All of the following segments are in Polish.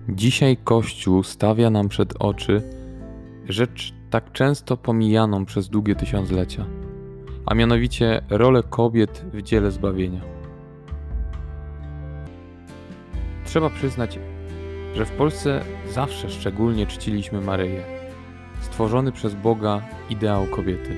Dzisiaj Kościół stawia nam przed oczy rzecz tak często pomijaną przez długie tysiąclecia, a mianowicie rolę kobiet w dziele zbawienia. Trzeba przyznać, że w Polsce zawsze szczególnie czciliśmy Maryję, stworzony przez Boga ideał kobiety.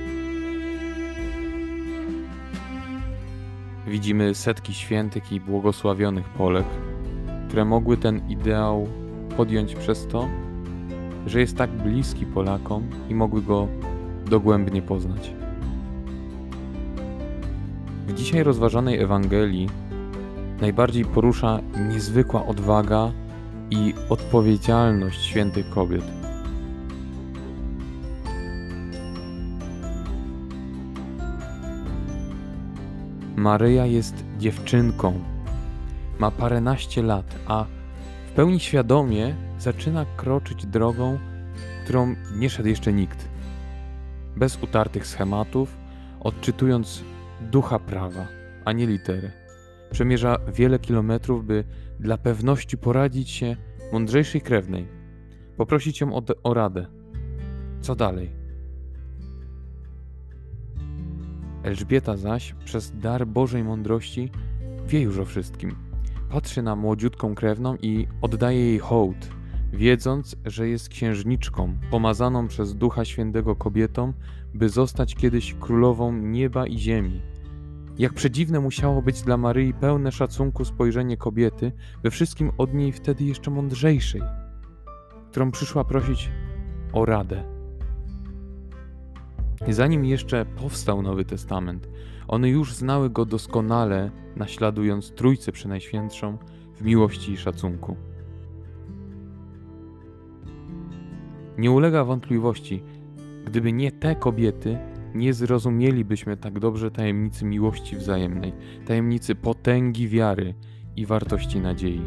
Widzimy setki świętych i błogosławionych Polek, które mogły ten ideał podjąć przez to, że jest tak bliski Polakom i mogły go dogłębnie poznać. W dzisiaj rozważanej Ewangelii najbardziej porusza niezwykła odwaga i odpowiedzialność świętych kobiet. Maryja jest dziewczynką, ma paręnaście lat, a w pełni świadomie zaczyna kroczyć drogą, którą nie szedł jeszcze nikt. Bez utartych schematów, odczytując ducha prawa, a nie litery. Przemierza wiele kilometrów, by dla pewności poradzić się mądrzejszej krewnej, poprosić ją o radę. Co dalej? Elżbieta zaś, przez dar Bożej mądrości, wie już o wszystkim. Patrzy na młodziutką krewną i oddaje jej hołd, wiedząc, że jest księżniczką, pomazaną przez Ducha Świętego kobietą, by zostać kiedyś królową nieba i ziemi. Jak przedziwne musiało być dla Maryi pełne szacunku spojrzenie kobiety, we wszystkim od niej wtedy jeszcze mądrzejszej, którą przyszła prosić o radę. Zanim jeszcze powstał Nowy Testament, one już znały go doskonale, naśladując Trójcę Przenajświętszą w miłości i szacunku. Nie ulega wątpliwości, gdyby nie te kobiety, nie zrozumielibyśmy tak dobrze tajemnicy miłości wzajemnej, tajemnicy potęgi wiary i wartości nadziei.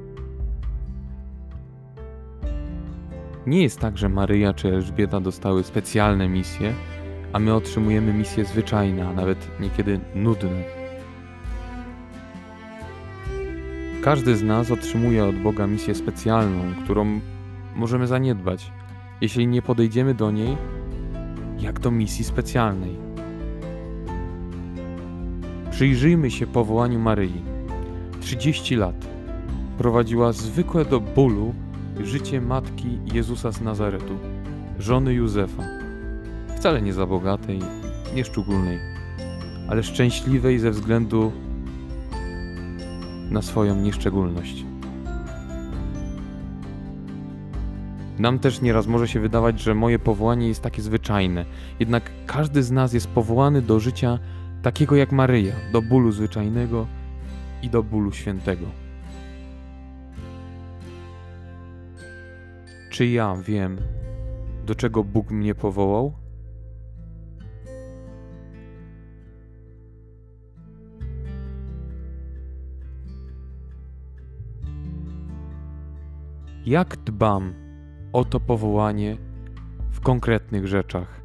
Nie jest tak, że Maryja czy Elżbieta dostały specjalne misje, a my otrzymujemy misje zwyczajne, a nawet niekiedy nudne. Każdy z nas otrzymuje od Boga misję specjalną, którą możemy zaniedbać, jeśli nie podejdziemy do niej jak do misji specjalnej. Przyjrzyjmy się powołaniu Maryi. 30 lat prowadziła zwykłe do bólu życie matki Jezusa z Nazaretu, żony Józefa. Wcale nie za bogatej, nieszczególnej, ale szczęśliwej ze względu na swoją nieszczególność. Nam też nieraz może się wydawać, że moje powołanie jest takie zwyczajne, jednak każdy z nas jest powołany do życia takiego jak Maryja, do bólu zwyczajnego i do bólu świętego. Czy ja wiem, do czego Bóg mnie powołał? Jak dbam o to powołanie w konkretnych rzeczach?